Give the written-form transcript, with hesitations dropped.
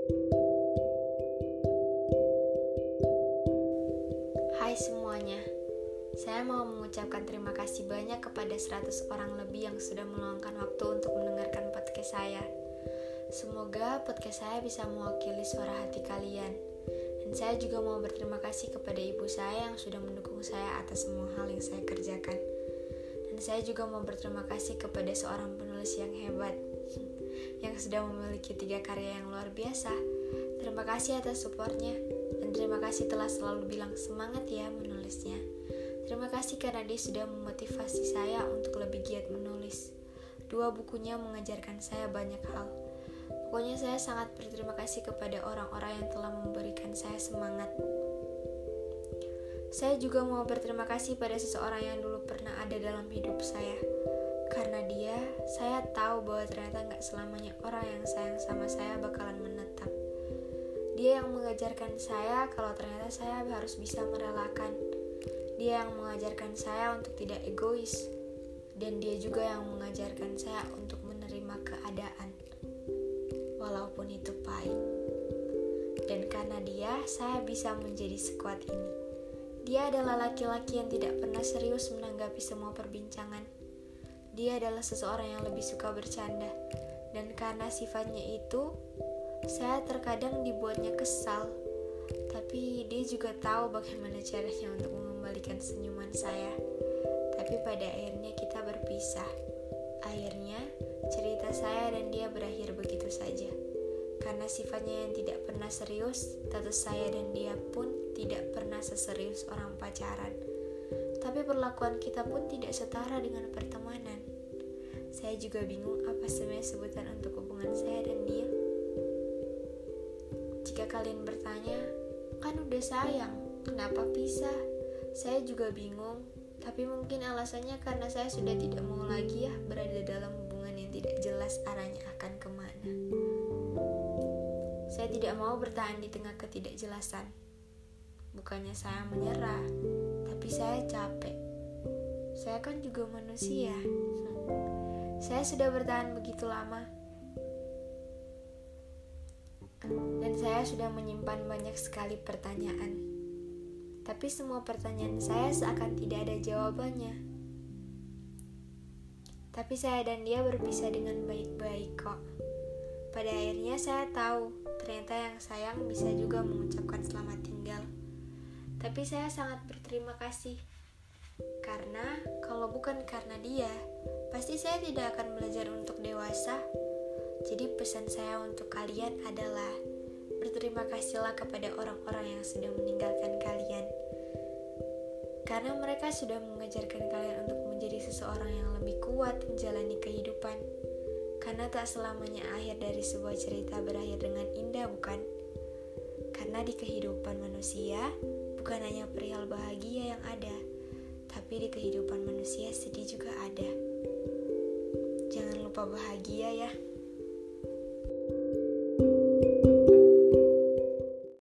Hai semuanya, saya mau mengucapkan terima kasih banyak kepada 100 orang lebih yang sudah meluangkan waktu untuk mendengarkan podcast saya. Semoga podcast saya bisa mewakili suara hati kalian. Dan saya juga mau berterima kasih kepada ibu saya yang sudah mendukung saya atas semua hal yang saya kerjakan. Dan saya juga mau berterima kasih kepada seorang penulis yang hebat yang sudah memiliki 3 karya yang luar biasa. Terima kasih atas supportnya. Dan terima kasih telah selalu bilang semangat ya menulisnya. Terima kasih karena dia sudah memotivasi saya untuk lebih giat menulis. 2 bukunya mengajarkan saya banyak hal. Pokoknya saya sangat berterima kasih kepada orang-orang yang telah memberikan saya semangat. Saya juga mau berterima kasih pada seseorang yang dulu pernah ada dalam hidup saya. Karena dia, saya tahu bahwa ternyata gak selamanya orang yang sayang sama saya bakalan menetap. Dia yang mengajarkan saya kalau ternyata saya harus bisa merelakan. Dia yang mengajarkan saya untuk tidak egois. Dan dia juga yang mengajarkan saya untuk menerima keadaan, walaupun itu pahit. Dan karena dia, saya bisa menjadi sekuat ini. Dia adalah laki-laki yang tidak pernah serius menanggapi semua perbincangan. Dia adalah seseorang yang lebih suka bercanda. Dan karena sifatnya itu, saya terkadang dibuatnya kesal. Tapi dia juga tahu bagaimana caranya untuk mengembalikan senyuman saya. Tapi pada akhirnya kita berpisah. Akhirnya, cerita saya dan dia berakhir begitu saja. Karena sifatnya yang tidak pernah serius, status saya dan dia pun tidak pernah seserius orang pacaran. Tapi perlakuan kita pun tidak setara dengan pertemanan. Saya juga bingung apa sebenarnya sebutan untuk hubungan saya dan dia. Jika kalian bertanya, kan udah sayang, kenapa pisah? Saya juga bingung, tapi mungkin alasannya karena saya sudah tidak mau lagi berada dalam hubungan yang tidak jelas arahnya akan kemana. Saya tidak mau bertahan di tengah ketidakjelasan. Bukannya saya menyerah, tapi saya capek. Saya kan juga manusia. Saya sudah bertahan begitu lama. Dan saya sudah menyimpan banyak sekali pertanyaan. Tapi semua pertanyaan saya seakan tidak ada jawabannya. Tapi saya dan dia berpisah dengan baik-baik kok. Pada akhirnya saya tahu, ternyata yang sayang bisa juga mengucapkan selamat tinggal. Tapi saya sangat berterima kasih. Karena kalau bukan karena dia, pasti saya tidak akan belajar untuk dewasa. Jadi pesan saya untuk kalian adalah berterima kasihlah kepada orang-orang yang sudah meninggalkan kalian. Karena mereka sudah mengajarkan kalian untuk menjadi seseorang yang lebih kuat menjalani kehidupan. Karena tak selamanya akhir dari sebuah cerita berakhir dengan indah, bukan? Karena di kehidupan manusia, bukan hanya perihal bahagia yang ada, tapi di kehidupan manusia sedih juga ada. Jangan lupa bahagia ya.